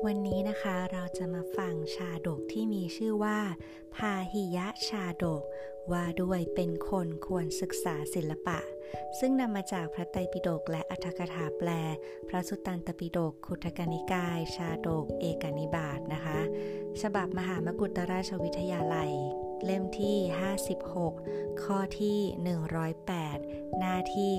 วันนี้นะคะเราจะมาฟังชาดกที่มีชื่อว่าพาหิยะชาดกว่าด้วยเป็นคนควรศึกษาศิลปะซึ่งนำมาจากพระไตรปิฎกและอรรถกถาแปลพระสุตตันตปิฎกขุททกนิกายชาดกเอกนิบาตนะคะฉบับมหามกุฏราชวิทยาลัยเล่มที่56ข้อที่108หน้าที่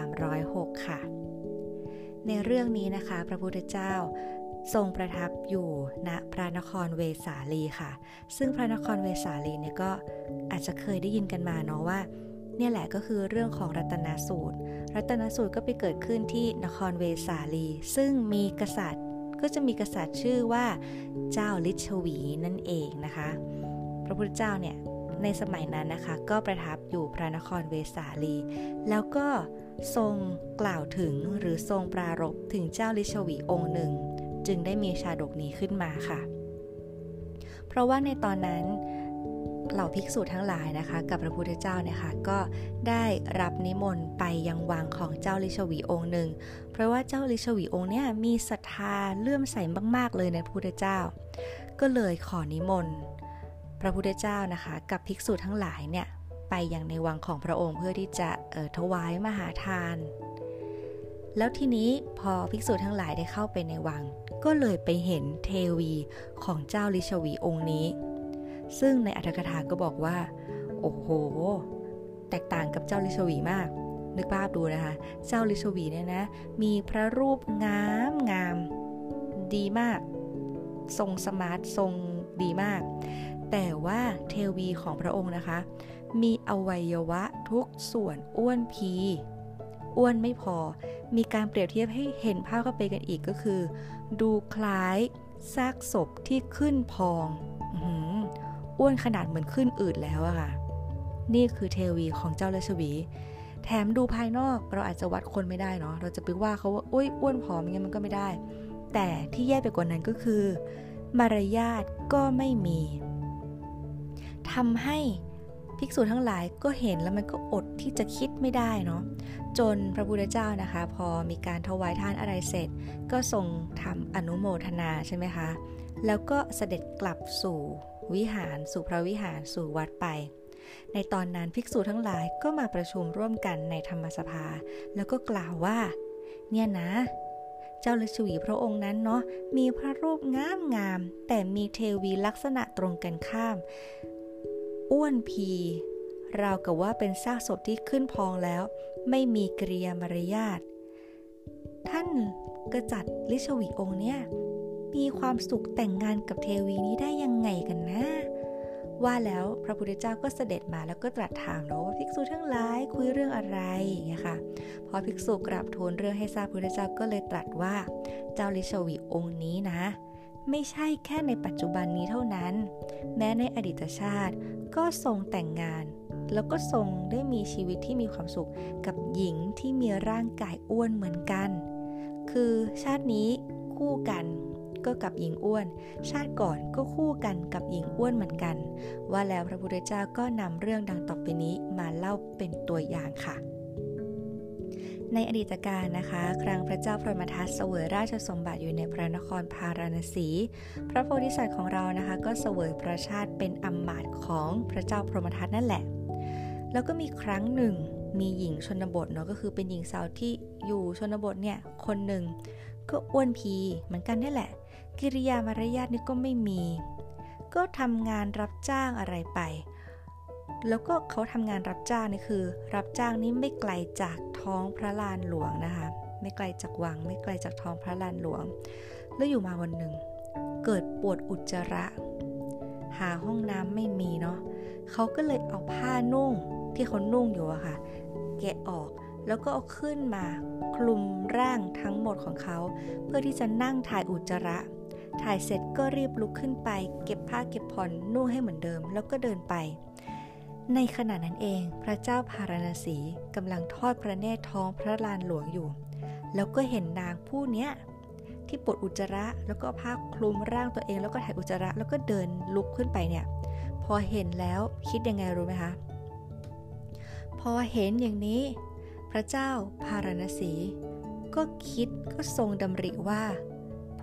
306ค่ะในเรื่องนี้นะคะพระพุทธเจ้าทรงประทับอยู่ณพระนครเวสาลีค่ะซึ่งพระนครเวสาลีเนี่ยก็อาจจะเคยได้ยินกันมาเนาะว่าเนี่ยแหละก็คือเรื่องของรัตนสูตรก็ไปเกิดขึ้นที่นครเวสาลีซึ่งมีกษัตริย์ก็จะมีกษัตริย์ชื่อว่าเจ้าลิชวีนั่นเองนะคะพระพุทธเจ้าเนี่ยในสมัยนั้นนะคะก็ประทับอยู่พระนครเวสาลีแล้วก็ทรงกล่าวถึงหรือทรงปรารภถึงเจ้าลิชวีองค์หนึ่งจึงได้มีชาดกนี้ขึ้นมาค่ะเพราะว่าในตอนนั้นเหล่าภิกษุทั้งหลายนะคะกับพระพุทธเจ้าเนี่ยค่ะก็ได้รับนิมนต์ไปยังวังของเจ้าลิชวีองค์หนึ่งเพราะว่าเจ้าลิชวีองค์เนี่ยมีศรัทธาเลื่อมใสมากๆเลยในพระพุทธเจ้าก็เลยขอนิมนต์พระพุทธเจ้านะคะกับภิกษุทั้งหลายเนี่ยไปยังในวังของพระองค์เพื่อที่จะถวายมหาทานแล้วทีนี้พอภิกษุทั้งหลายได้เข้าไปในวังก็เลยไปเห็นเทวีของเจ้าลิชวีองค์นี้ซึ่งในอรรถกถาก็บอกว่าโอ้โหแตกต่างกับเจ้าลิชวีมากนึกภาพดูนะคะเจ้าลิชวีเนี่ยนะมีพระรูปงามดีมากทรงสมาร์ททรงดีมากแต่ว่าเทวีของพระองค์นะคะมีอวัยวะทุกส่วนอ้วนพีอ้วนไม่พอมีการเปรียบเทียบให้เห็นภาพเข้าไปกันอีกก็คือดูคล้ายซากศพที่ขึ้นพองอ้วนขนาดเหมือนขึ้นอืดแล้วอะค่ะนี่คือเทวีของเจ้าลิชวีแถมดูภายนอกเราอาจจะวัดคนไม่ได้เนาะเราจะไปว่าเขาว่าอ้วนผอมอย่างเงี้ยมันก็ไม่ได้แต่ที่แย่ไปกว่านั้นก็คือมารยาทก็ไม่มีทำให้ภิกษุทั้งหลายก็เห็นแล้วมันก็อดที่จะคิดไม่ได้เนาะจนพระพุทธเจ้านะคะพอมีการถวายทานอะไรเสร็จก็ทรงทำอนุโมทนาใช่ไหมคะแล้วก็เสด็จกลับสู่วิหารสู่พระวิหารสู่วัดไปในตอนนั้นภิกษุทั้งหลายก็มาประชุมร่วมกันในธรรมสภาแล้วก็กล่าวว่าเนี่ยนะเจ้าฤาษีพระองค์นั้นเนาะมีพระรูปงามแต่มีเทวีลักษณะตรงกันข้ามอ้วนพีราวกับว่าเป็นซากศพที่ขึ้นพองแล้วไม่มีกริยามารยาทท่านกษัตริย์ลิชวีองค์เนี่ยมีความสุขแต่งงานกับเทวีนี้ได้ยังไงกันนะว่าแล้วพระพุทธเจ้าก็เสด็จมาแล้วก็ตรัสถามเนาะว่าภิกษุทั้งหลายคุยเรื่องอะไรอย่างเงี้ยค่ะพอภิกษุกราบทูลเรื่องให้ทราบพระพุทธเจ้าก็เลยตรัสว่าเจ้าลิชวีองค์นี้นะไม่ใช่แค่ในปัจจุบันนี้เท่านั้นแม้ในอดีตชาติก็ทรงแต่งงานแล้วก็ทรงได้มีชีวิตที่มีความสุขกับหญิงที่มีร่างกายอ้วนเหมือนกันคือชาตินี้คู่กันก็กับหญิงอ้วนชาติก่อนก็คู่กันกับหญิงอ้วนเหมือนกันว่าแล้วพระพุทธเจ้าก็นำเรื่องดังต่อไปนี้มาเล่าเป็นตัวอย่างค่ะในอดีตการนะคะครั้งพระเจ้าพรหมทัตเสวยราชสมบัติอยู่ในพระนครพาราณสีพระโพธิสัตว์ของเรานะคะก็เสวยพระชาติเป็นอำมาตย์ของพระเจ้าพรหมทัตนั่นแหละแล้วก็มีครั้งหนึ่งมีหญิงชนบทเนาะก็คือเป็นหญิงสาวที่อยู่ชนบทเนี่ยคนหนึ่งก็อ้วนพีเหมือนกันนี่แหละกิริยามารยาทนี่ก็ไม่มีก็ทำงานรับจ้างอะไรไปแล้วก็เขาทำงานรับจ้างนี่คือรับจ้างนี่ไม่ไกลจากท้องพระลานหลวงนะคะไม่ไกลจากวังไม่ไกลจากท้องพระลานหลวงแล้วอยู่มาวันหนึ่งเกิดปวดอุจจาระหาห้องน้ำไม่มีเนาะเขาก็เลยเอาผ้านุ่งที่เขานุ่งอยู่อะค่ะแกะออกแล้วก็เอาขึ้นมาคลุมร่างทั้งหมดของเขาเพื่อที่จะนั่งถ่ายอุจจาระถ่ายเสร็จก็รีบลุกขึ้นไปเก็บผ้าเก็บผ่อนนุ่งให้เหมือนเดิมแล้วก็เดินไปในขณะนั้นเองพระเจ้าพาราณสีกำลังทอดพระเนตรท้องพระลานหลวงอยู่แล้วก็เห็นนางผู้เนี้ยที่ปวดอุจจาระแล้วก็ผ้าคลุมร่างตัวเองแล้วก็ถ่ายอุจจาระแล้วก็เดินลุกขึ้นไปเนี่ยพอเห็นแล้วคิดยังไงรู้ไหมคะพอเห็นอย่างนี้พระเจ้าพาราณสีก็คิดก็ทรงดำริว่าผ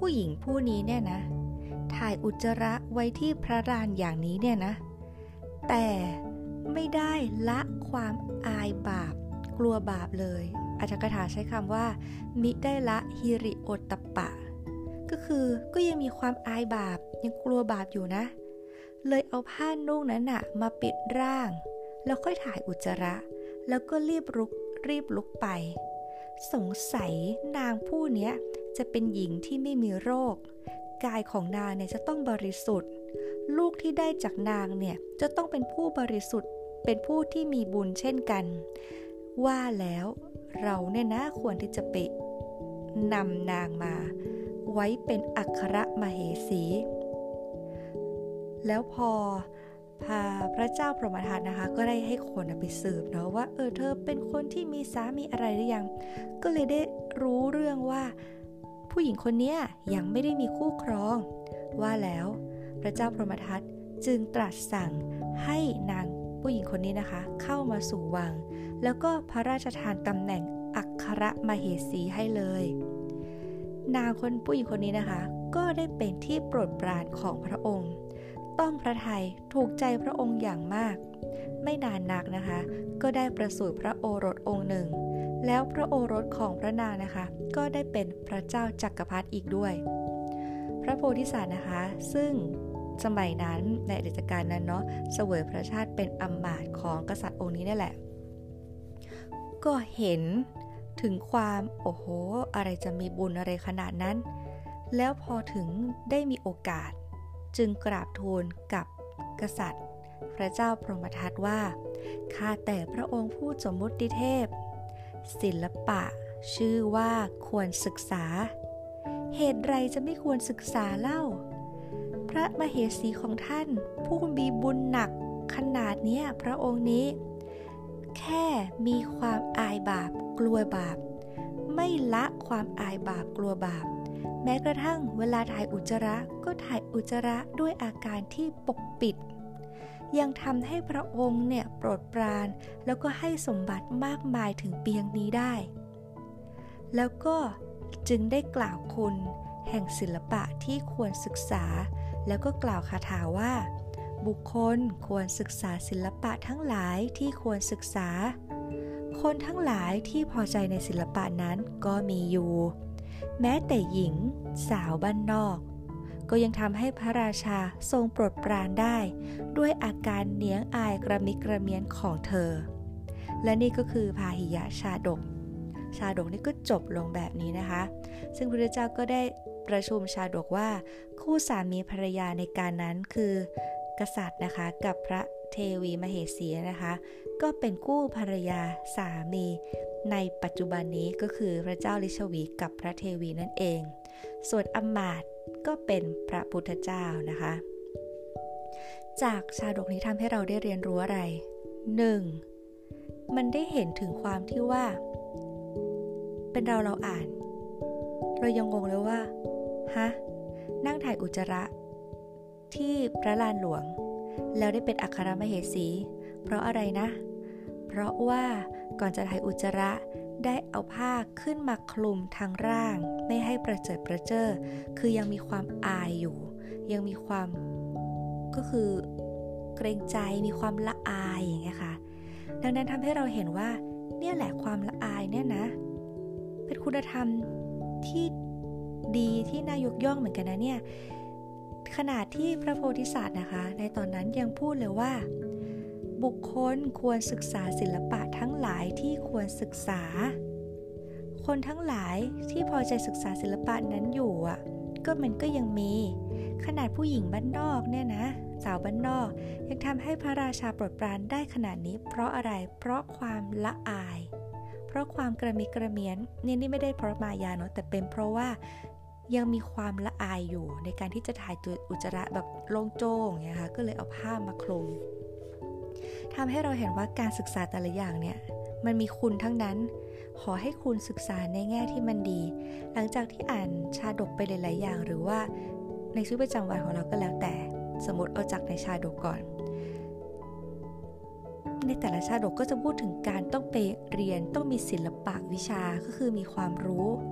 ผู้หญิงผู้นี้เนี่ยนะถ่ายอุจจาระไว้ที่พระลานอย่างนี้เนี่ยนะแต่ไม่ได้ละความอายบาปกลัวบาปเลยอัตถกถาใช้คำว่ามิได้ละฮิริโอตตัปปะก็คือก็ยังมีความอายบาปยังกลัวบาปอยู่นะเลยเอาผ้านุ่งนั้นน่ะมาปิดร่างแล้วค่อยถ่ายอุจจาระแล้วก็รีบลุกไปสงสัยนางผู้นี้จะเป็นหญิงที่ไม่มีโรคกายของนางเนี่ยจะต้องบริสุทธิ์ลูกที่ได้จากนางเนี่ยจะต้องเป็นผู้บริสุทธิ์เป็นผู้ที่มีบุญเช่นกันว่าแล้วเราเนี่ยนะควรที่จะไปนำนางมาไว้เป็นอัครมเหสีแล้วพอพระเจ้าพรหมทัตนะคะก็ได้ให้คนไปสืบเนาะว่าเธอเป็นคนที่มีสามีอะไรหรือยังก็เลยได้รู้เรื่องว่าผู้หญิงคนนี้ยังไม่ได้มีคู่ครองว่าแล้วพระเจ้าพรหมทัตจึงตรัสสั่งให้นางผู้หญิงคนนี้นะคะเข้ามาสู่วังแล้วก็พระราชทานตำแหน่งอัครมเหสีให้เลยนางผู้หญิงคนนี้นะคะก็ได้เป็นที่โปรดปรานของพระองค์ต้องพระทัยถูกใจพระองค์อย่างมากไม่นานนักนะคะก็ได้ประสูติพระโอรสองค์หนึ่งแล้วพระโอรสของพระนางนะคะก็ได้เป็นพระเจ้าจักรพรรดิอีกด้วยพระโพธิสัตว์นะคะซึ่งสมัยนั้นในอดีตการนั้นเนาะเสวยพระชาติเป็นอำมาตย์ของกษัตริย์องค์นี้นั่นแหละก็เห็นถึงความโอ้โหอะไรจะมีบุญอะไรขนาดนั้นแล้วพอถึงได้มีโอกาสจึงกราบทูลกับกษัตริย์พระเจ้าพรหมทัตว่าข้าแต่พระองค์ผู้สมมุติเทพศิลปะชื่อว่าควรศึกษาเหตุไรจะไม่ควรศึกษาเล่าพระมเหสีของท่านผู้มีบุญหนักขนาดนี้พระองค์นี้แค่มีความอายบาปกลัวบาปไม่ละความอายบาปกลัวบาปแม้กระทั่งเวลาถ่ายอุจจาระก็ถ่ายอุจจาระด้วยอาการที่ปกปิดยังทำให้พระองค์เนี่ยโปรดปรานแล้วก็ให้สมบัติมากมายถึงเพียงนี้ได้แล้วก็จึงได้กล่าวคุณแห่งศิลปะที่ควรศึกษาแล้วก็กล่าวคาถาว่าบุคคลควรศึกษาศิลปะทั้งหลายที่ควรศึกษาคนทั้งหลายที่พอใจในศิลปะนั้นก็มีอยู่แม้แต่หญิงสาวบ้านนอกก็ยังทำให้พระราชาทรงโปรดปรานได้ด้วยอาการเหนียงอายกระมิดกระเมียนของเธอและนี่ก็คือพาหิยชาดกนี่ก็จบลงแบบนี้นะคะซึ่งพระพุทธเจ้าก็ได้ประชุมชาดกว่าคู่สามีภรรยาในการนั้นคือกษัตริย์นะคะกับพระเทวีมเหสีนะคะก็เป็นคู่ภรรยาสามีในปัจจุบันนี้ก็คือพระเจ้าลิชวีกับพระเทวีนั่นเองส่วนอมาตย์ก็เป็นพระพุทธเจ้านะคะจากชาดกนี้ทำให้เราได้เรียนรู้อะไร 1. มันได้เห็นถึงความที่ว่าเป็นเราอ่านเรายังงงเลยว่านั่งถ่ายอุจจาระที่พระลานหลวงแล้วได้เป็นอัครมเหสีเพราะอะไรนะเพราะว่าก่อนจะถ่ายอุจจาระได้เอาผ้าขึ้นมาคลุมทางร่างไม่ให้ประเจิดประเจ้อคือยังมีความอายอยู่ยังมีความก็คือเกรงใจมีความละอายอย่างเงี้ยค่ะดังนั้นทำให้เราเห็นว่าเนี่ยแหละความละอายเนี่ยนะเป็นคุณธรรมที่ดีที่น่ายกย่องเหมือนกันนะเนี่ยขนาดที่พระโพธิสัตว์นะคะในตอนนั้นยังพูดเลยว่าบุคคลควรศึกษาศิลปะทั้งหลายที่ควรศึกษาคนทั้งหลายที่พอใจศึกษาศิลปะนั้นอยู่มันก็ยังมีขนาดผู้หญิงบ้านนอกเนี่ยนะสาวบ้านนอกยังทำให้พระราชาโปรดปรานได้ขนาดนี้เพราะอะไรเพราะความละอายเพราะความกระมิดกระเมียนนี่ไม่ได้เพราะมายาเนาะแต่เป็นเพราะว่ายังมีความละอายอยู่ในการที่จะถ่ายตัวอุจจาระแบบโล่งโจ้งเนี่ยค่ะก็เลยเอาผ้ามาคลุมทำให้เราเห็นว่าการศึกษาแต่ละอย่างเนี่ยมันมีคุณทั้งนั้นขอให้คุณศึกษาในแง่ที่มันดีหลังจากที่อ่านชาดกไปหลายๆอย่างหรือว่าในชีวิตประจำวันของเราก็แล้วแต่สมมติเอาจากในชาดกก่อนในแต่ละชาดกก็จะพูดถึงการต้องไปเรียนต้องมีศิลปะวิชาก็คือมีความรู้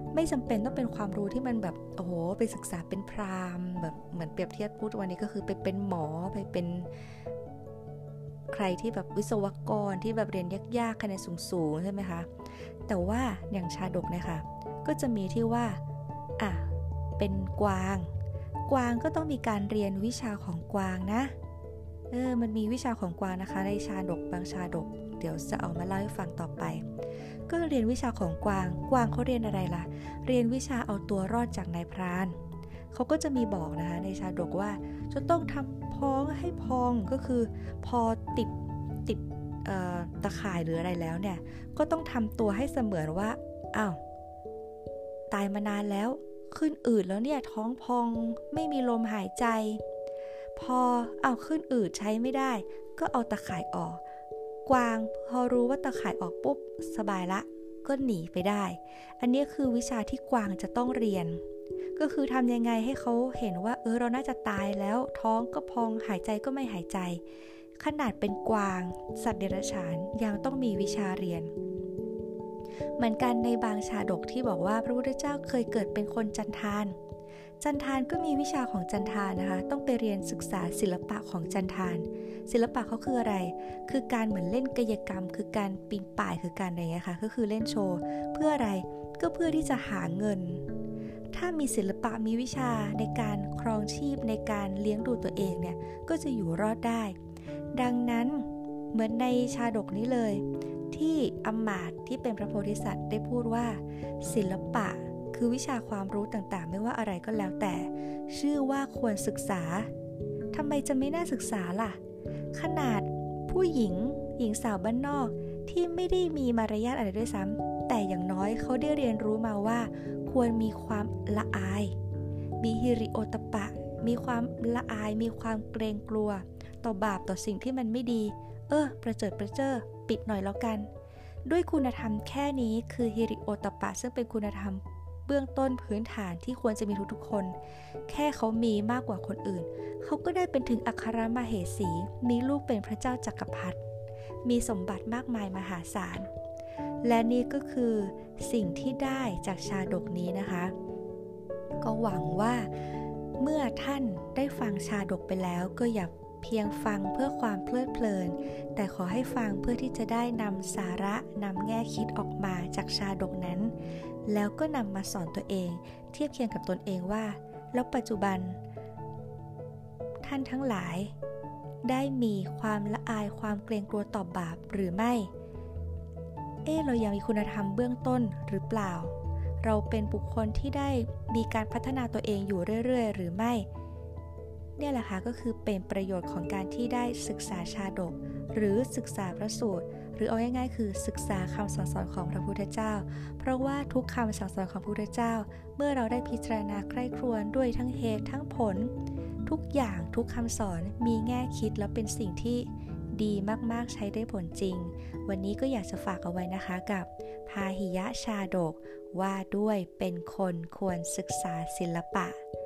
ไม่จำเป็นต้องเป็นความรู้ที่มันแบบโอ้โหไปศึกษาเป็นพราหมณ์แบบเหมือนเปรียบเทียบพูดวันนี้ก็คือไปเป็นหมอไปเป็นใครที่แบบวิศวกรที่แบบเรียนยากๆคะแนนสูงๆใช่ไหมคะแต่ว่าอย่างชาดกเนี่ยค่ะก็จะมีที่ว่าเป็นกวางก็ต้องมีการเรียนวิชาของกวางนะมันมีวิชาของกวางนะคะในชาดกบางชาดกเดี๋ยวจะเอามาเล่าให้ฟังต่อไปก็เรียนวิชาของกวางเขาเรียนอะไรล่ะเรียนวิชาเอาตัวรอดจากนายพรานเขาก็จะมีบอกนะคะในชาดกว่าจะต้องทำพ้องให้พองก็คือพอติดตะข่ายหรืออะไรแล้วเนี่ยก็ต้องทำตัวให้เสมือนว่าตายมานานแล้วขึ้นอืดแล้วเนี่ยท้องพองไม่มีลมหายใจพอขึ้นอืดใช้ไม่ได้ก็เอาตะข่ายออกกวางพอรู้ว่าตะข่ายออกปุ๊บสบายละก็หนีไปได้อันนี้คือวิชาที่กวางจะต้องเรียนก็คือทำยังไงให้เขาเห็นว่าเราน่าจะตายแล้วท้องก็พองหายใจก็ไม่หายใจขนาดเป็นกวางสัตว์เดรัจฉานยังต้องมีวิชาเรียนเหมือนกันในบางชาดกที่บอกว่าพระพุทธเจ้าเคยเกิดเป็นคนจันทานก็มีวิชาของจันทานนะคะต้องไปเรียนศึกษาศิลปะของจันทานศิลปะเขาคืออะไรคือการเหมือนเล่นกายกรรมคือการปีนป่ายคือการอะไรเงี้ยค่ะก็คือเล่นโชว์เพื่ออะไรก็เพื่อที่จะหาเงินถ้ามีศิลปะมีวิชาในการครองชีพในการเลี้ยงดูตัวเองเนี่ยก็จะอยู่รอดได้ดังนั้นเหมือนในชาดกนี้เลยที่อมาตย์ที่เป็นพระโพธิสัตว์ได้พูดว่าศิลปะคือวิชาความรู้ต่างๆไม่ว่าอะไรก็แล้วแต่ชื่อว่าควรศึกษาทำไมจะไม่น่าศึกษาล่ะขนาดผู้หญิงสาวบ้านนอกที่ไม่ได้มีมารยาทอะไรด้วยซ้ำแต่อย่างน้อยเขาได้เรียนรู้มาว่าควรมีความละอายมีฮิริโอตปะมีความละอายมีความเกรงกลัวต่อบาปต่อสิ่งที่มันไม่ดีประเจิดปิดหน่อยแล้วกันด้วยคุณธรรมแค่นี้คือฮิริโอตปะซึ่งเป็นคุณธรรมเบื้องต้นพื้นฐานที่ควรจะมีทุกๆคนแค่เขามีมากกว่าคนอื่นเขาก็ได้เป็นถึงอัครมเหสีมีลูกเป็นพระเจ้าจักรพรรดิมีสมบัติมากมายมหาศาลและนี่ก็คือสิ่งที่ได้จากชาดกนี้นะคะก็หวังว่าเมื่อท่านได้ฟังชาดกไปแล้วก็อย่าเพียงฟังเพื่อความเพลิดเพลินแต่ขอให้ฟังเพื่อที่จะได้นำสาระนำแง่คิดออกมาจากชาดกนั้นแล้วก็นำมาสอนตัวเองเทียบเคียงกับตนเองว่าแล้วปัจจุบันท่านทั้งหลายได้มีความละอายความเกรงกลัวต่อบาปหรือไม่เรายังมีคุณธรรมเบื้องต้นหรือเปล่าเราเป็นบุคคลที่ได้มีการพัฒนาตัวเองอยู่เรื่อยๆหรือไม่เนี่ยแหละค่ะก็คือเป็นประโยชน์ของการที่ได้ศึกษาชาดกหรือศึกษาพระสูตรหรือเอาง่ายๆคือศึกษาคำสั่งสอนของพระพุทธเจ้าเพราะว่าทุกคำสั่งสอนของพระพุทธเจ้าเมื่อเราได้พิจารณาใคร่ครวญด้วยทั้งเหตุทั้งผลทุกอย่างทุกคำสอนมีแง่คิดและเป็นสิ่งที่ดีมากๆใช้ได้ผลจริงวันนี้ก็อยากจะฝากเอาไว้นะคะกับพาหิยะชาดกว่าด้วยเป็นคนควรศึกษาศิลปะ